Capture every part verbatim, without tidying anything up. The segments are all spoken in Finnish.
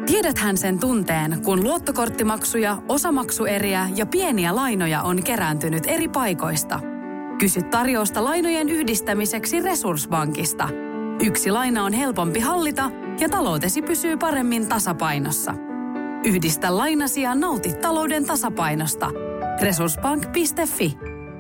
Tiedäthän sen tunteen, kun luottokorttimaksuja, osamaksueriä ja pieniä lainoja on kerääntynyt eri paikoista. Kysy tarjousta lainojen yhdistämiseksi Resurssbankista. Yksi laina on helpompi hallita ja taloutesi pysyy paremmin tasapainossa. Yhdistä lainasi ja nauti talouden tasapainosta. Resurssbank piste fi.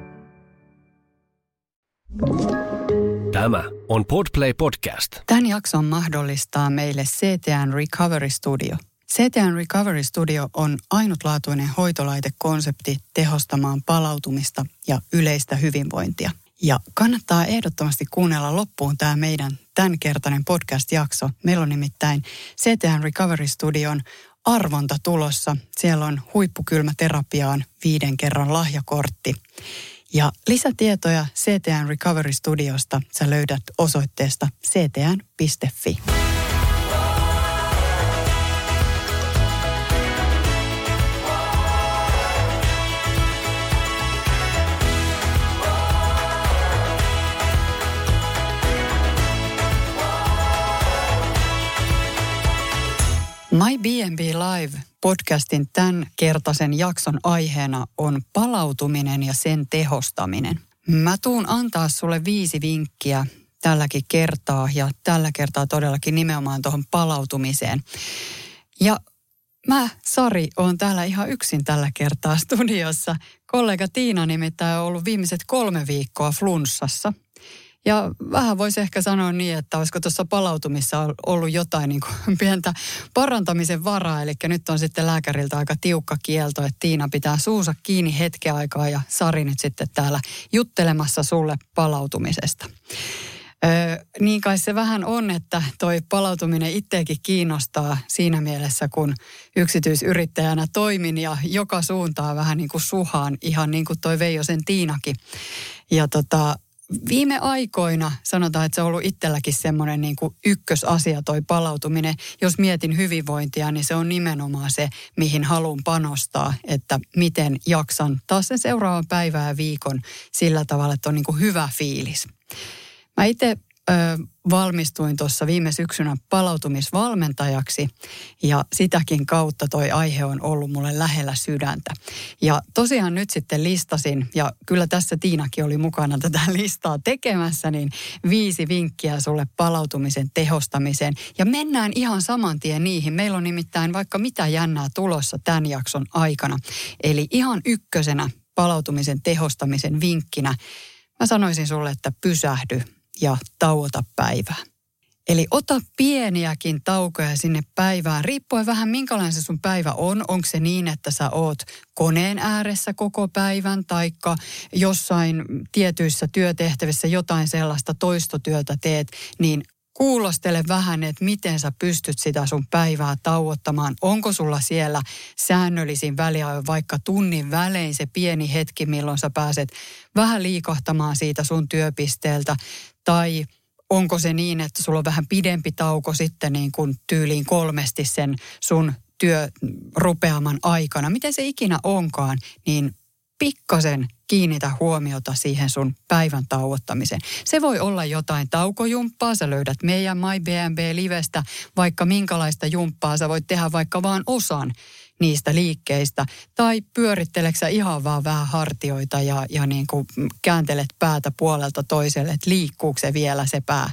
Tämä on Podplay Podcast. Tämän jakson mahdollistaa meille C T N Recovery Studio. C T N Recovery Studio on ainutlaatuinen hoitolaite-konsepti tehostamaan palautumista ja yleistä hyvinvointia. Ja kannattaa ehdottomasti kuunnella loppuun tämä meidän tämänkertainen podcast-jakso. Meillä on nimittäin C T N Recovery Studion arvonta tulossa. Siellä on huippukylmäterapiaan viiden kerran lahjakortti. Ja lisätietoja C T N Recovery Studiosta sä löydät osoitteesta c t n piste f i. My B and B Live podcastin tämän kertaisen jakson aiheena on palautuminen ja sen tehostaminen. Mä tuun antaa sulle viisi vinkkiä tälläkin kertaa ja tällä kertaa todellakin nimenomaan tuohon palautumiseen. Ja mä, Sari, oon täällä ihan yksin tällä kertaa studiossa. Kollega Tiina nimittäin on ollut viimeiset kolme viikkoa flunssassa. Ja vähän voisi ehkä sanoa niin, että olisiko tuossa palautumissa ollut jotain niin kuin pientä parantamisen varaa. Eli nyt on sitten lääkäriltä aika tiukka kielto, että Tiina pitää suunsa kiinni hetken aikaa ja Sari nyt sitten täällä juttelemassa sulle palautumisesta. Öö, niin kai se vähän on, että toi palautuminen itseäkin kiinnostaa siinä mielessä, kun yksityisyrittäjänä toimin ja joka suuntaan vähän niin kuin suhaan, ihan niin kuin toi Veijosen Tiinakin. Ja tota... Viime aikoina sanotaan, että se on ollut itselläkin semmoinen niin kuin ykkösasia toi palautuminen. Jos mietin hyvinvointia, niin se on nimenomaan se, mihin haluan panostaa, että miten jaksan taas sen seuraavan päivän ja viikon sillä tavalla, että on niin kuin hyvä fiilis. Mä itse ö, valmistuin tuossa viime syksynä palautumisvalmentajaksi ja sitäkin kautta toi aihe on ollut mulle lähellä sydäntä. Ja tosiaan nyt sitten listasin, ja kyllä tässä Tiinakin oli mukana tätä listaa tekemässä, niin viisi vinkkiä sulle palautumisen tehostamiseen. Ja mennään ihan saman tien niihin. Meillä on nimittäin vaikka mitä jännää tulossa tämän jakson aikana. Eli ihan ykkösenä palautumisen tehostamisen vinkkinä mä sanoisin sulle, että pysähdy ja tauota päivää. Eli ota pieniäkin taukoja sinne päivään, riippuen vähän minkälainen se sun päivä on. Onko se niin, että sä oot koneen ääressä koko päivän, taikka jossain tietyissä työtehtävissä jotain sellaista toistotyötä teet, niin kuulostele vähän, että miten sä pystyt sitä sun päivää tauottamaan. Onko sulla siellä säännöllisin väliajoin vaikka tunnin välein se pieni hetki, milloin sä pääset vähän liikahtamaan siitä sun työpisteeltä, tai onko se niin, että sulla on vähän pidempi tauko sitten niin kuin tyyliin kolmesti sen sun työrupeaman aikana. Miten se ikinä onkaan, niin pikkasen kiinnitä huomiota siihen sun päivän tauottamiseen. Se voi olla jotain taukojumppaa. Sä löydät meidän My B and B Livestä vaikka minkälaista jumppaa. Sä voit tehdä vaikka vaan osan niistä liikkeistä. Tai pyöritteleksä ihan vaan vähän hartioita ja, ja niin kuin kääntelet päätä puolelta toiselle, että liikkuuko se vielä se pää.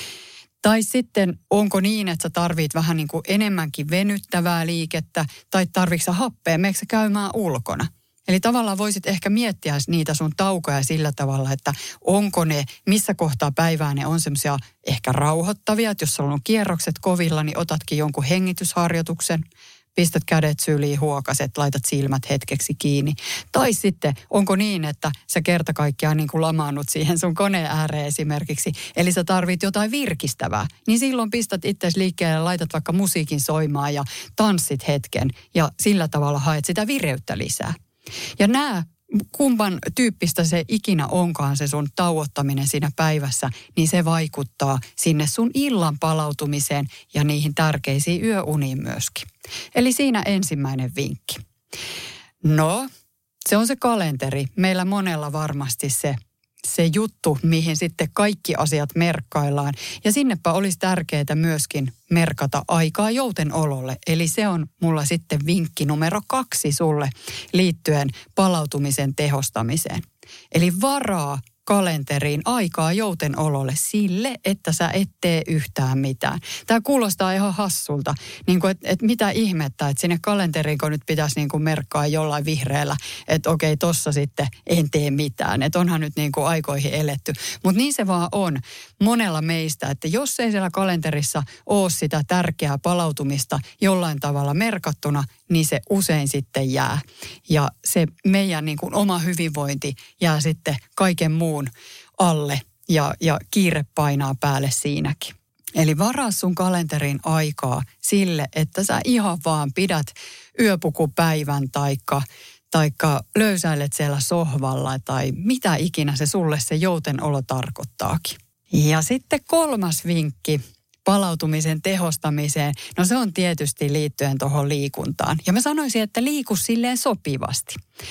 Tai sitten onko niin, että sä tarvit vähän niin kuin enemmänkin venyttävää liikettä tai tarvitsetko sä happea, meneekö sä käymään ulkona? Eli tavallaan voisit ehkä miettiä niitä sun taukoja sillä tavalla, että onko ne, missä kohtaa päivää ne on semmoisia ehkä rauhoittavia, että jos sulla on kierrokset kovilla, niin otatkin jonkun hengitysharjoituksen, pistät kädet syliin, huokaset, laitat silmät hetkeksi kiinni. Tai sitten onko niin, että sä kerta kaikkiaan niin kuin lamaannut siihen sun koneen ääreen esimerkiksi, eli sä tarvit jotain virkistävää, niin silloin pistät itsesi liikkeelle, laitat vaikka musiikin soimaan ja tanssit hetken ja sillä tavalla haet sitä vireyttä lisää. Ja nämä, kumpan tyyppistä se ikinä onkaan se sun tauottaminen siinä päivässä, niin se vaikuttaa sinne sun illan palautumiseen ja niihin tärkeisiin yöuniin myöskin. Eli siinä ensimmäinen vinkki. No, se on se kalenteri. Meillä monella varmasti se se juttu, mihin sitten kaikki asiat merkkaillaan. Ja sinnepä olisi tärkeää myöskin merkata aikaa joutenololle. Eli se on mulla sitten vinkki numero kaksi sulle liittyen palautumisen tehostamiseen. Eli varaa kalenteriin aikaa joutenololle sille, että sä et tee yhtään mitään. Tämä kuulostaa ihan hassulta, niin kuin, että et mitä ihmettä, että sinne kalenteriin kun nyt pitäisi niin kuin merkkaa jollain vihreällä, että okei, tossa sitten en tee mitään, että onhan nyt niin kuin aikoihin eletty. Mutta niin se vaan on monella meistä, että jos ei siellä kalenterissa ole sitä tärkeää palautumista jollain tavalla merkattuna, niin se usein sitten jää. Ja se meidän niin kuin oma hyvinvointi jää sitten kaiken muun alle ja, ja kiire painaa päälle siinäkin. Eli varaa sun kalenteriin aikaa sille, että sä ihan vaan pidät yöpukupäivän taikka, taikka löysäilet siellä sohvalla tai mitä ikinä se sulle se joutenolo tarkoittaakin. Ja sitten kolmas vinkki palautumisen tehostamiseen, no se on tietysti liittyen tuohon liikuntaan. Ja mä sanoisin, että liiku silleen sopivasti.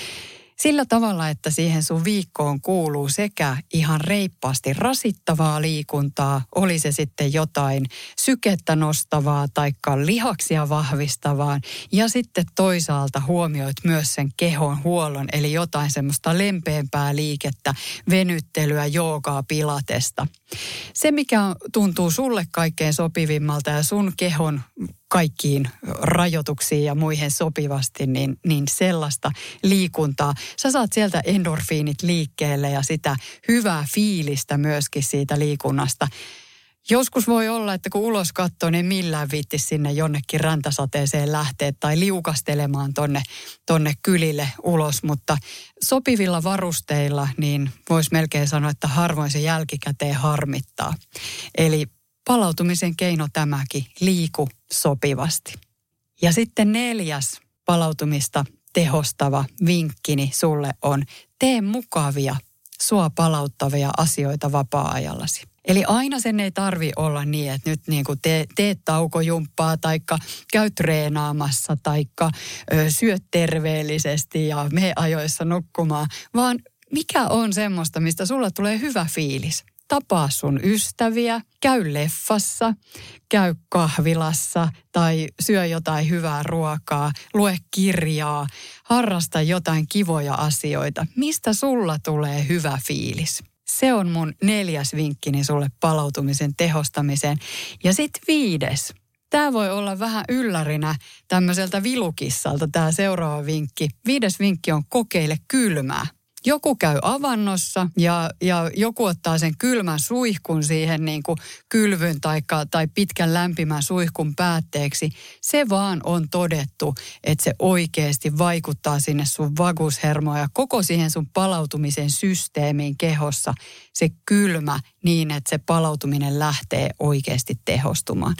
Sillä tavalla, että siihen sun viikkoon kuuluu sekä ihan reippaasti rasittavaa liikuntaa, oli se sitten jotain sykettä nostavaa tai lihaksia vahvistavaa. Ja sitten toisaalta huomioit myös sen kehon huollon, eli jotain semmoista lempeämpää liikettä, venyttelyä, joogaa, pilatesta. Se, mikä tuntuu sulle kaikkein sopivimmalta ja sun kehon kaikkiin rajoituksiin ja muihin sopivasti, niin, niin sellaista liikuntaa. Sä saat sieltä endorfiinit liikkeelle ja sitä hyvää fiilistä myöskin siitä liikunnasta. Joskus voi olla, että kun ulos katsoo, niin millään viitti sinne jonnekin räntäsateeseen lähteä tai liukastelemaan tonne, tonne kylille ulos, mutta sopivilla varusteilla niin voisi melkein sanoa, että harvoin se jälkikäteen harmittaa. Eli palautumisen keino tämäkin, liiku sopivasti. Ja sitten neljäs palautumista tehostava vinkkini sulle on, tee mukavia, sua palauttavia asioita vapaa-ajallasi. Eli aina sen ei tarvi olla niin, että nyt niin kuin te, teet taukojumppaa taikka käy treenaamassa taikka ö, syöt terveellisesti ja mene ajoissa nukkumaan, vaan mikä on semmoista, mistä sulla tulee hyvä fiilis. Tapaa sun ystäviä, käy leffassa, käy kahvilassa tai syö jotain hyvää ruokaa, lue kirjaa, harrasta jotain kivoja asioita. Mistä sulla tulee hyvä fiilis? Se on mun neljäs vinkkini sulle palautumisen tehostamiseen. Ja sitten viides. Tämä voi olla vähän yllärinä tämmöiseltä vilukissalta tämä seuraava vinkki. Viides vinkki on kokeile kylmää. Joku käy avannossa ja, ja joku ottaa sen kylmän suihkun siihen niin kuin kylvyn taikka, tai pitkän lämpimän suihkun päätteeksi. Se vaan on todettu, että se oikeasti vaikuttaa sinne sun vagushermoon ja koko siihen sun palautumisen systeemiin kehossa. Se kylmä niin, että se palautuminen lähtee oikeasti tehostumaan.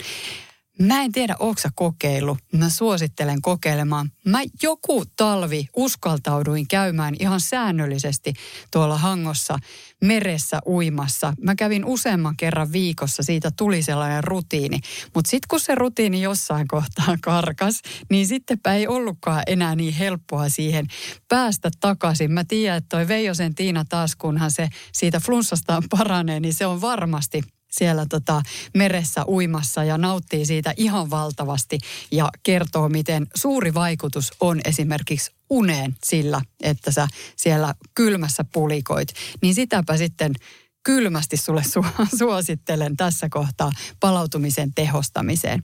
Mä en tiedä, ootko sä kokeillut. Mä suosittelen kokeilemaan. Mä joku talvi uskaltauduin käymään ihan säännöllisesti tuolla Hangossa meressä uimassa. Mä kävin useamman kerran viikossa, siitä tuli sellainen rutiini. Mutta sitten kun se rutiini jossain kohtaa karkas, niin sittenpä ei ollutkaan enää niin helppoa siihen päästä takaisin. Mä tiedän, että toi Veijosen Tiina taas, kunhan se siitä flunssastaan paranee, niin se on varmasti siellä tota meressä uimassa ja nauttii siitä ihan valtavasti ja kertoo, miten suuri vaikutus on esimerkiksi uneen sillä, että sä siellä kylmässä pulikoit. Niin sitäpä sitten kylmästi sulle su- suosittelen tässä kohtaa palautumisen tehostamiseen.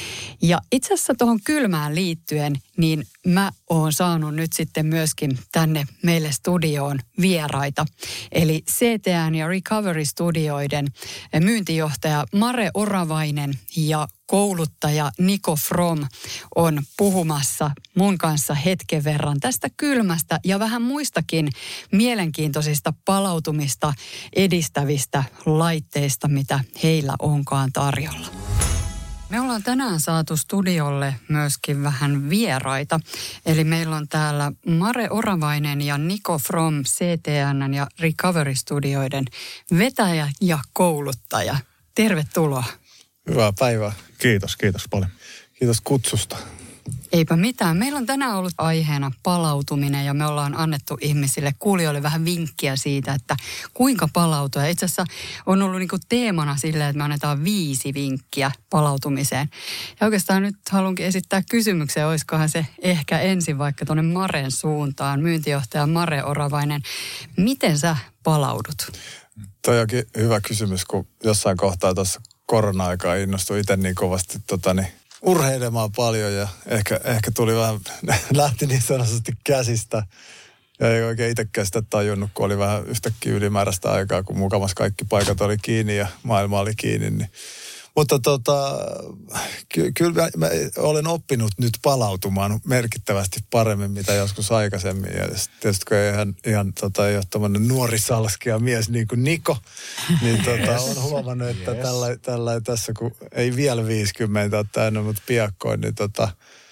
Ja itse asiassa tuohon kylmään liittyen, niin mä oon saanut nyt sitten myöskin tänne meille studioon vieraita. Eli C T N ja Recovery-studioiden myyntijohtaja Mare Oravainen ja kouluttaja Niko From on puhumassa mun kanssa hetken verran tästä kylmästä ja vähän muistakin mielenkiintoisista palautumista edistävistä laitteista, mitä heillä onkaan tarjolla. Me ollaan tänään saatu studiolle myöskin vähän vieraita. Eli meillä on täällä Mare Oravainen ja Niko From C T N ja Recovery-studioiden vetäjä ja kouluttaja. Tervetuloa. Hyvää päivää. Kiitos, kiitos paljon. Kiitos kutsusta. Eipä mitään. Meillä on tänään ollut aiheena palautuminen ja me ollaan annettu ihmisille, kuulijoille vähän vinkkiä siitä, että kuinka palautua. Ja itse asiassa on ollut niinku teemana silleen, että me annetaan viisi vinkkiä palautumiseen. Ja oikeastaan nyt haluankin esittää kysymyksen, olisikohan se ehkä ensin vaikka tuonne Maren suuntaan. Myyntijohtaja Mare Oravainen, miten sä palaudut? Toi onkin hyvä kysymys, kun jossain kohtaa tuossa korona-aikaa innostui itse niin kovasti tota, niin urheilemaan paljon ja ehkä, ehkä tuli vähän, lähti niin sanotusti käsistä. Ja ei oikein itsekään sitä tajunnut, kun oli vähän yhtäkkiä ylimääräistä aikaa, kun mukamas kaikki paikat oli kiinni ja maailma oli kiinni. Niin. Mutta tota, ky- kyllä mä, mä olen oppinut nyt palautumaan merkittävästi paremmin, mitä joskus aikaisemmin. Ja tietysti kun ei ihan, ihan tota, ei ole tommoinen nuori salskia mies niin kuin Niko, niin tota, on huomannut, että yes. tällä, tällä tässä, kun ei vielä viisikymmentä ole täynnä, mutta piakkoin, niin tota,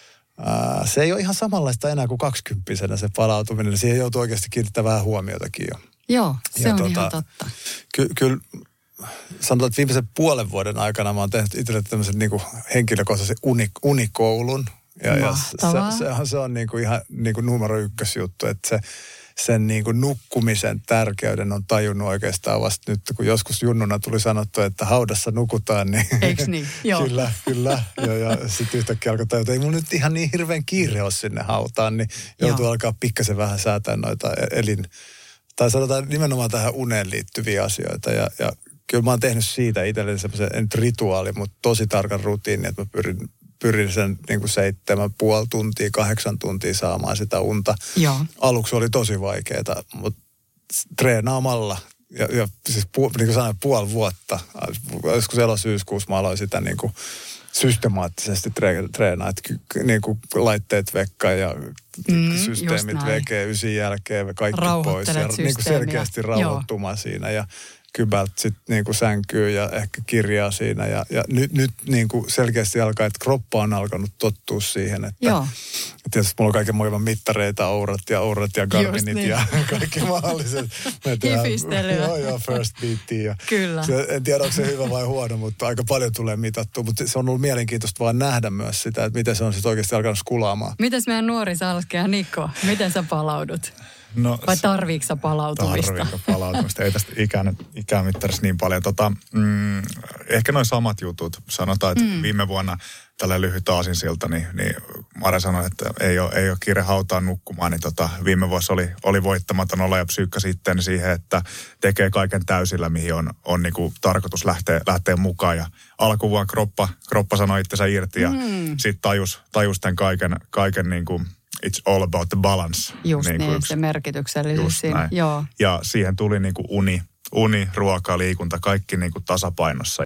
ää, se ei ole ihan samanlaista enää kuin kaksikymppisenä se palautuminen. Siihen joutuu oikeasti kiinnittämään vähän huomiotakin jo. Joo, se ja on tota, ihan totta. Ky- kyllä sanotaan, että viimeisen puolen vuoden aikana mä oon tehnyt itselle tämmöisen niin kuin henkilökohtaisen uni, unikoulun. Ja, ja se, se on, se on niin kuin ihan niin kuin numero ykkösjuttu, että se, sen niin kuin nukkumisen tärkeyden on tajunnut oikeastaan vasta nyt, kun joskus junnuna tuli sanottu, että haudassa nukutaan, niin eiks niin? Joo. kyllä, kyllä. Ja, ja sitten yhtäkkiä alkoi tajuta, ei mun nyt ihan niin hirveän kiire ole sinne hautaan, niin joutuu Joo. alkaa pikkasen vähän säätää noita elin, tai sanotaan nimenomaan tähän uneen liittyviä asioita ja, ja kyllä mä oon tehnyt siitä itselleni semmoisen, en nyt rituaali, mutta tosi tarkan rutiini, että mä pyrin, pyrin sen niin kuin seitsemän puoli tuntia, kahdeksan tuntia saamaan sitä unta. Joo. Aluksi oli tosi vaikeaa, mutta treenaamalla, ja, ja siis pu, niin kuin sanoin, puoli vuotta, joskus elosyyskuussa mä aloin sitä niin kuin systemaattisesti tre, treenaa, että niin kuin laitteet vekkaan ja mm, systeemit vekee ysin jälkeen, kaikki pois. Ja niin kuin selkeästi rauhoittumaan siinä ja kybältä sitten niinku sänkyy ja ehkä kirjaa siinä. Ja, ja nyt, nyt niinku selkeästi alkaa, että kroppa on alkanut tottua siihen, että Joo. tietysti mulla on kaiken maailman mittareita, Ourat ja Ourat ja Garminit niin. ja kaikki mahdolliset. Kifistelyä. Joo, joo, first beatia. Kyllä. Se, en tiedä, onko se hyvä vai huono, mutta aika paljon tulee mitattua. Mutta se on ollut mielenkiintoista vaan nähdä myös sitä, että miten se on sitten oikeasti alkanut skulaamaan. Mites meidän nuori salskea Niko, miten sä palaudut? No, vai tarviiko sä palautumista? Tarviiko palautumista? Ei tästä ikään, ikämittarissa niin paljon. Tota, mm, ehkä noin samat jutut. Sanotaan, että mm. viime vuonna tällä lyhyt aasinsilta, niin, niin Mare sanoi, että ei ole, ei ole kiire hautaan nukkumaan. Niin tota, viime vuosi oli, oli voittamaton olla ja psyykkä sitten siihen, että tekee kaiken täysillä, mihin on, on niin kuin tarkoitus lähteä, lähteä mukaan. Ja alkuvuonna kroppa, kroppa sanoi itsensä irti ja mm. sitten tajus, tajus tämän kaiken, kaiken niin kuin it's all about the balance. Just niin, niin yksi, se merkityksellisyys siinä. Joo. Ja siihen tuli niin kuin uni, uni, ruoka, liikunta, kaikki niin kuin tasapainossa.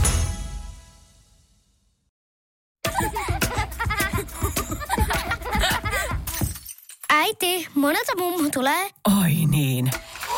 Äiti, monelta mummu tulee? Oi niin.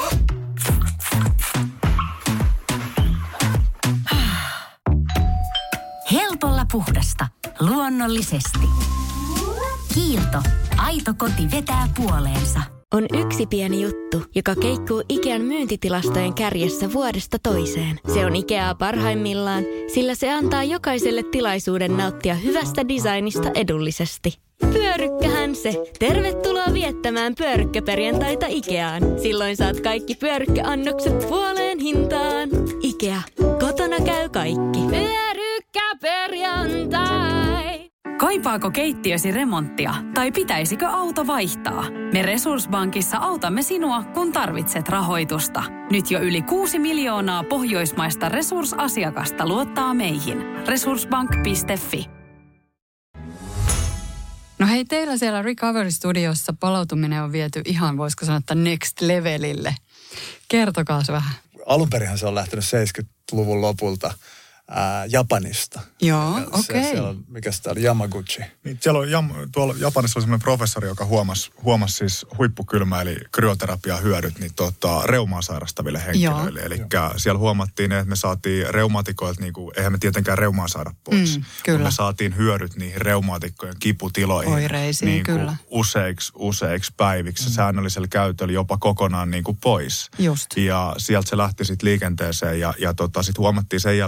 Helpolla puhdasta. Luonnollisesti. Kiilto. Aito koti vetää puoleensa. On yksi pieni juttu, joka keikkuu Ikean myyntitilastojen kärjessä vuodesta toiseen. Se on Ikeaa parhaimmillaan, sillä se antaa jokaiselle tilaisuuden nauttia hyvästä designista edullisesti. Pyörykkähän se! Tervetuloa viettämään pyörykkäperjantaita Ikeaan. Silloin saat kaikki pyörykkäannokset puoleen hintaan. Ikea. Kotona käy kaikki. Pyörykkäperjantai! Kaipaako keittiösi remonttia tai pitäisikö auto vaihtaa? Me Resurssbankissa autamme sinua, kun tarvitset rahoitusta. Nyt jo yli kuusi miljoonaa pohjoismaista resursasiakasta luottaa meihin. resurssbank piste fi. No hei, teillä siellä Recovery-studiossa palautuminen on viety ihan, voisiko sanoa, että next levelille. Kertokaa se vähän. Alunperinhän se on lähtenyt seitsemänkymmentäluvun lopulta. Ää, Japanista. Joo, okei. Okay. Siellä on, mikä sitä oli, Yamaguchi. Niin, siellä on, jam, tuolla Japanissa oli semmoinen professori, joka huomasi, huomasi siis huippukylmä, eli kryoterapian hyödyt, niin tota, reumaa sairastaville henkilöille. Eli siellä huomattiin, että me saatiin reumatikoilta, niin kuin, eihän me tietenkään reumaa saada pois. Mm, kyllä. Me saatiin hyödyt niihin reumatikkojen kiputiloihin. Oireisiin, niin kuin kyllä. Useiksi, useiksi päiviksi, mm. säännöllisellä käytöllä jopa kokonaan niin kuin pois. Just. Ja sieltä se lähti sitten liikenteeseen ja, ja tota, sitten huomattiin sen jälkeen, että se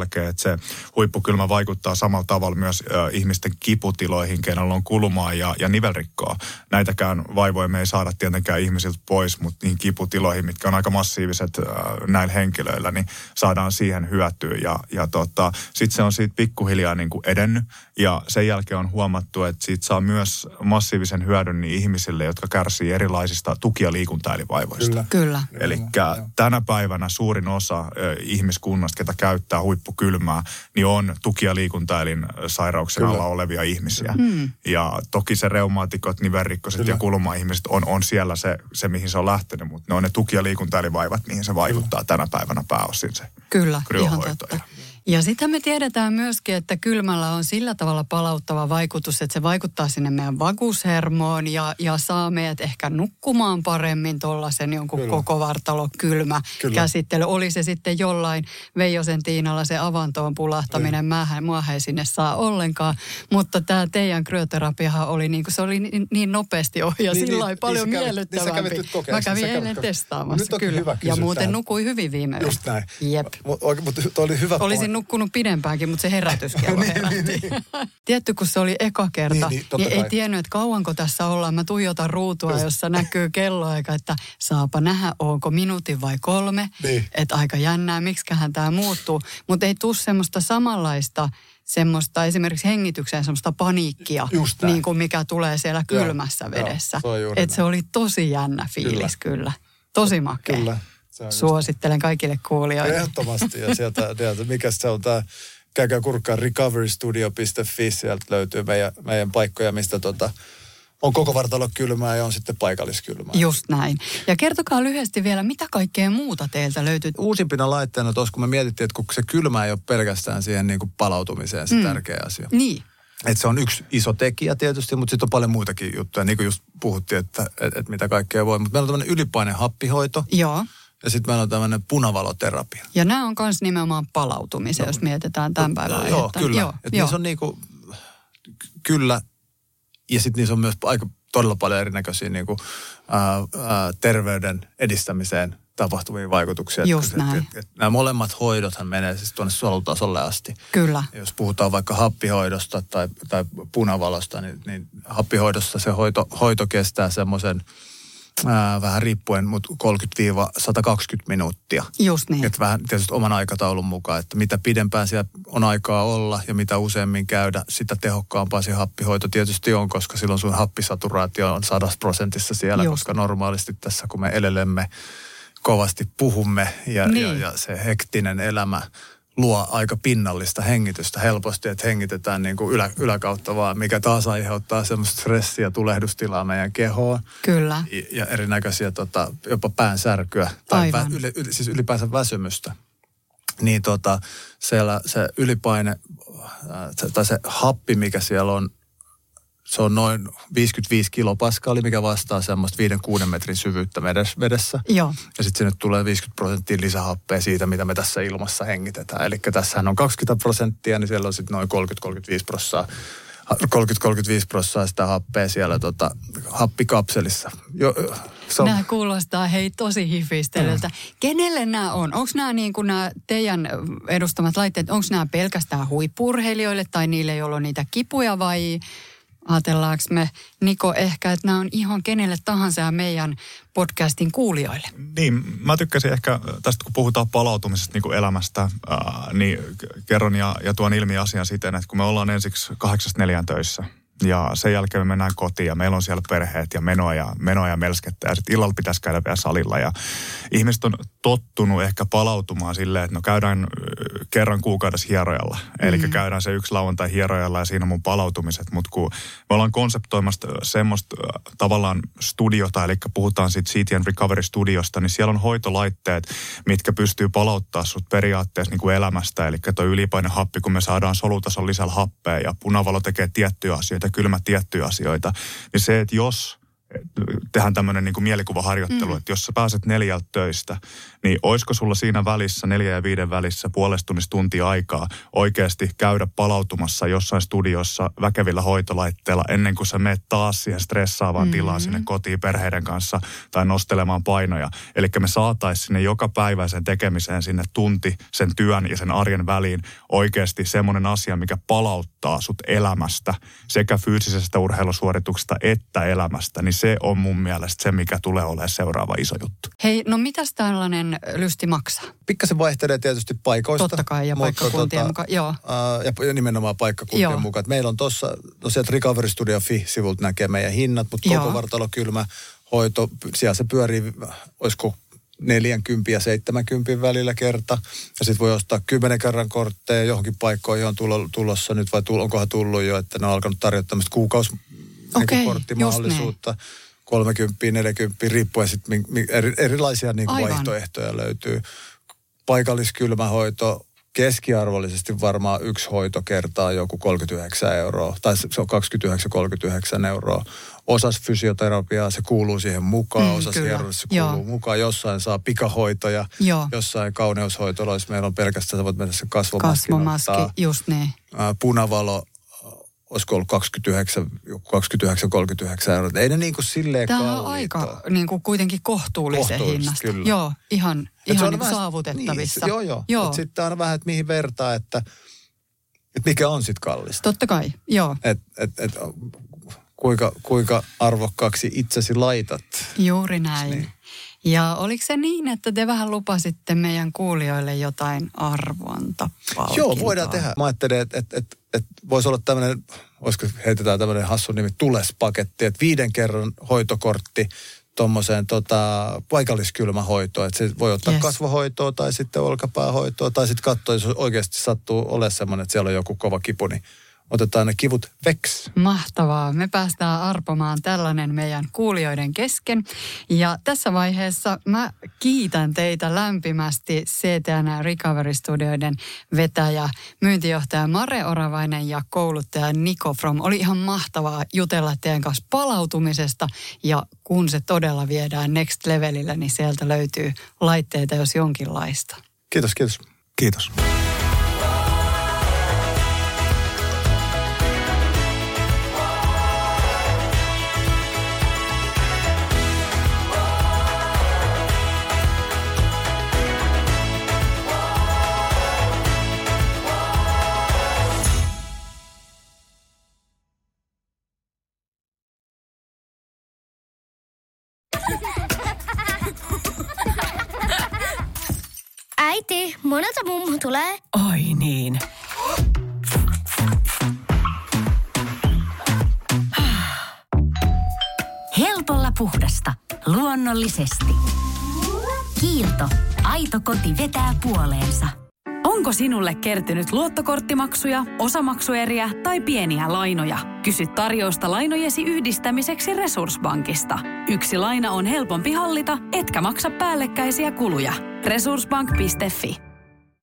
se huippukylmä vaikuttaa samalla tavalla myös ö, ihmisten kiputiloihin, kenellä on kulmaa ja, ja nivelrikkoa. Näitäkään vaivoja me ei saada tietenkään ihmisiltä pois, mutta niihin kiputiloihin, mitkä on aika massiiviset ö, näillä henkilöillä, niin saadaan siihen hyötyä. Ja, ja tota, sitten se on siitä pikkuhiljaa niin kuin edennyt ja sen jälkeen on huomattu, että siitä saa myös massiivisen hyödyn niin ihmisille, jotka kärsii erilaisista tuki- ja liikuntaelinvaivoista. Kyllä. Kyllä. Eli tänä päivänä suurin osa ö, ihmiskunnasta, ketä käyttää huippukylmää, niin on tuki- ja liikuntaelin sairauksien alla olevia ihmisiä. Mm. Ja toki se reumaatikot, nivelrikkoset ja kulma-ihmiset on, on siellä se, se, mihin se on lähtenyt, mutta ne on ne tuki- ja liikuntaelinvaivat, mihin se vaikuttaa Kyllä. tänä päivänä pääosin se Kyllä, ihan kryohoito. totta. Ja sitten me tiedetään myöskin, että kylmällä on sillä tavalla palauttava vaikutus, että se vaikuttaa sinne meidän vagushermoon ja, ja saa meidät ehkä nukkumaan paremmin tuollaisen jonkun Kyllä. koko vartalo kylmä Kyllä. käsittely. Oli se sitten jollain Veijosen Tiinalla se avantoon pulahtaminen, mä, mua ei sinne saa ollenkaan. Mutta tämä teidän kryoterapiahan oli niin kuin se oli niin, niin nopeasti ohi ja niin, sillä niin, paljon niin miellyttävämpi. Niin mä kävin eilen testaamassa kyllä. Ja muuten tähän. Nukuin hyvin viime yö. Just näin. Jep. Mutta mut, oli hyvä Olisin nukkunut pidempäänkin, mutta se herätyskello niin, herätti. niin, niin. Tietty, kun se oli eka kerta, niin, niin, niin ei tiennyt, että kauanko tässä ollaan. Mä tuijotan ruutua, Just. jossa näkyy kelloaika, että saapa nähdä, onko minuutin vai kolme. Niin. Että aika jännää, miksiköhän tämä muuttuu. Mutta ei tule semmoista samanlaista, semmoista esimerkiksi hengitykseen semmoista paniikkia, niin kuin mikä tulee siellä kylmässä Joo. vedessä. Että se oli tosi jännä fiilis kyllä. kyllä. Tosi makea. Kyllä. Suosittelen kaikille kuulijoille. Ehdottomasti. Ja sieltä, sieltä mikä se on tämä, käykää kurkkaa recovery studio piste fi, sieltä löytyy meidän, meidän paikkoja, mistä tota, on koko vartalo kylmää ja on sitten paikalliskylmää. Just näin. Ja kertokaa lyhyesti vielä, mitä kaikkea muuta teiltä löytyy? Uusimpina laitteena tuossa, kun me mietittiin, että kun se kylmä ei ole pelkästään siihen niin kuin palautumiseen se mm. tärkeä asia. Niin. Että se on yksi iso tekijä tietysti, mutta sitten on paljon muitakin juttuja. Niin kuin just puhuttiin, että, että, että mitä kaikkea voi. Mutta meillä on tämmöinen ylipainehappihoito. Joo. Ja sitten meillä on tämmöinen punavaloterapia. Ja nämä on myös nimenomaan palautumisen, no, jos mietitään tämän päivän aihetta. Joo, kyllä. Joo, että niissä on niinku, kyllä, ja sitten niissä on myös aika todella paljon erinäköisiä niinku, ää, ää, terveyden edistämiseen tapahtuvia vaikutuksia. Just näin. Et, et, et, nämä molemmat hoidothan menee siis tuonne solutasolle asti. Kyllä. Ja jos puhutaan vaikka happihoidosta tai, tai punavalosta, niin, niin happihoidossa se hoito, hoito kestää semmoisen Ää, vähän riippuen, mutta kolmekymmentä sata kaksikymmentä minuuttia. Just niin. Että vähän tietysti oman aikataulun mukaan, että mitä pidempään siellä on aikaa olla ja mitä useammin käydä, sitä tehokkaampaa se happihoito tietysti on, koska silloin sun happisaturaatio on sadassa prosentissa siellä, Just. koska normaalisti tässä kun me elelemme, kovasti puhumme ja, niin. ja, ja se hektinen elämä luo aika pinnallista hengitystä helposti, että hengitetään niin kuin ylä, yläkautta vaan, mikä taas aiheuttaa semmoista stressiä ja tulehdustilaa meidän kehoon. Kyllä. Ja, ja erinäköisiä tota, jopa päänsärkyä tai vä, yli, yli, siis ylipäänsä väsymystä. Niin tota, siellä se ylipaine äh, tai se happi, mikä siellä on, se on noin viisikymmentäviisi kilopaskalia, mikä vastaa semmoista viiden kuuden metrin syvyyttä vedessä. Joo. Ja sitten sinne tulee viisikymmentä prosenttia lisähappea siitä, mitä me tässä ilmassa hengitetään. Eli tässähän on kaksikymmentä prosenttia, niin siellä on sitten noin kolmekymmentä kolmekymmentäviisi prosenttia. kolmekymmentä kolmekymmentäviisi prosenttia sitä happea siellä tota, happikapselissa. Jo, on... Nämä kuulostaa hei tosi hifistelyltä. Mm. Kenelle nämä on? Onko nämä niin kuin nämä teidän edustamat laitteet, onko nämä pelkästään huippu-urheilijoille tai niille, joilla on niitä kipuja vai... Ajatellaanko me, Niko, ehkä, että nämä on ihan kenelle tahansa ja meidän podcastin kuulijoille? Niin, mä tykkäsin ehkä tästä, kun puhutaan palautumisesta niin kuin elämästä, ää, niin kerron ja, ja tuon ilmi asian siten, että kun me ollaan ensiksi kahdeksasta neljään töissä, ja sen jälkeen me mennään kotiin ja meillä on siellä perheet ja menoa ja, menoa ja melskettä ja sitten illalla pitäisi käydä vielä salilla. Ja ihmiset on tottunut ehkä palautumaan silleen, että no käydään kerran kuukaudessa hierojalla. Mm. Eli käydään se yksi lauantai hierojalla ja siinä on mun palautumiset. Mutta kun me ollaan konseptoimassa semmoista tavallaan studiota, eli puhutaan siitä C T and Recovery Studiosta, niin siellä on hoitolaitteet, mitkä pystyy palauttaa sut periaatteessa niin kuin elämästä. Eli tuo ylipainehappi, kun me saadaan solutason lisällä happea ja punavalo tekee tiettyjä asioita, kylmä tiettyjä asioita, niin se, että jos tehdään tämmöinen niin kuin mielikuvaharjoittelu, mm. että jos sä pääset neljältä töistä, niin olisiko sulla siinä välissä, neljä ja viiden välissä, puolesta tunnista tuntia aikaa oikeasti käydä palautumassa jossain studiossa väkevillä hoitolaitteilla ennen kuin sä meet taas siihen stressaavaan mm-hmm. tilaan sinne kotiin perheiden kanssa tai nostelemaan painoja. Eli me saataisiin sinne joka päiväisen tekemiseen sinne tunti sen työn ja sen arjen väliin oikeasti semmoinen asia, mikä palauttaa sut elämästä sekä fyysisestä urheilusuorituksesta että elämästä, niin se on mun mielestä se, mikä tulee olemaan seuraava iso juttu. Hei, no mitäs tällainen lysti maksaa? Pikkasen vaihtelee tietysti paikoista. Totta kai, ja paikkakuntien tota, mukaan, joo. Ää, ja nimenomaan paikkakuntien joo. mukaan. Meillä on tuossa, no sieltä recovery studio piste fi-sivulta näkee meidän hinnat, mutta koko vartalokylmä hoito, siellä se pyörii, olisiko neljäkymmentä ja seitsemänkymmentä välillä kerta. Ja sitten voi ostaa kymmenen kerran kortteja johonkin paikkoihin on tulossa nyt, vai onkohan tullut jo, että ne on alkanut tarjota tämmöistä kuukausikorttimahdollisuutta. Okay, kolmekymmentä, neljäkymmentä, riippuen sitten eri, erilaisia niin kuin vaihtoehtoja löytyy. Paikalliskylmähoito, keskiarvollisesti varmaan yksi hoito kertaa joku kolmekymmentäyhdeksän euroa, tai se on kaksikymmentäyhdeksän kolmekymmentäyhdeksän euroa. Osas fysioterapiaa, se kuuluu siihen mukaan, mm, osas hieroissa se kuuluu Joo. mukaan. Jossain saa pikahoitoja, Joo. jossain kauneushoitoloissa meillä on pelkästään, sä voit mennä sen kasvomaskin. Kasvomaski, ottaa. Just niin. Punavalo, olisiko ollut kaksikymmentäyhdeksän kolmekymmentäyhdeksän euroa. Ei ne niin kuin silleen Tämä kalliita. on aika niin kuin kuitenkin kohtuullisen hinnasta. Kyllä. Joo, ihan, ihan niin kuin saavutettavissa. Niin, joo, joo. joo. Sitten on vähän, että mihin vertaa, että, että mikä on sitten kallista. Totta kai, joo. Että et, et, kuinka, kuinka arvokkaaksi itsesi laitat. Juuri näin. Niin. Ja oliko se niin, että te vähän lupasitte meidän kuulijoille jotain arvontapalkintoa? Joo, voidaan tehdä. Mä ajattelin, että, että, että, että voisi olla tämmöinen, olisiko heitetään tämmöinen hassu nimi, tulespaketti, että viiden kerran hoitokortti tuommoiseen tota, paikalliskylmähoitoon. Että se voi ottaa yes. kasvohoitoa tai sitten olkapäähoitoa tai sitten katsoa, jos oikeasti sattuu olemaan semmoinen, että siellä on joku kova kipu, niin otetaan ne kivut veks. Mahtavaa. Me päästään arpomaan tällainen meidän kuulijoiden kesken. Ja tässä vaiheessa mä kiitän teitä lämpimästi C T N Recovery Studioiden vetäjä, myyntijohtaja Mare Oravainen ja kouluttaja Niko From. Oli ihan mahtavaa jutella teidän kanssa palautumisesta. Ja kun se todella viedään next levelille, niin sieltä löytyy laitteita jos jonkinlaista. Kiitos, kiitos. Kiitos. Äiti, monelta mummu tulee? Oi niin. Helpolla puhdasta. Luonnollisesti. Kiilto. Aito koti vetää puoleensa. Onko sinulle kertynyt luottokorttimaksuja, osamaksueriä tai pieniä lainoja? Kysy tarjousta lainojesi yhdistämiseksi Resurssbankista. Yksi laina on helpompi hallita, etkä maksa päällekkäisiä kuluja. resurssbank piste fi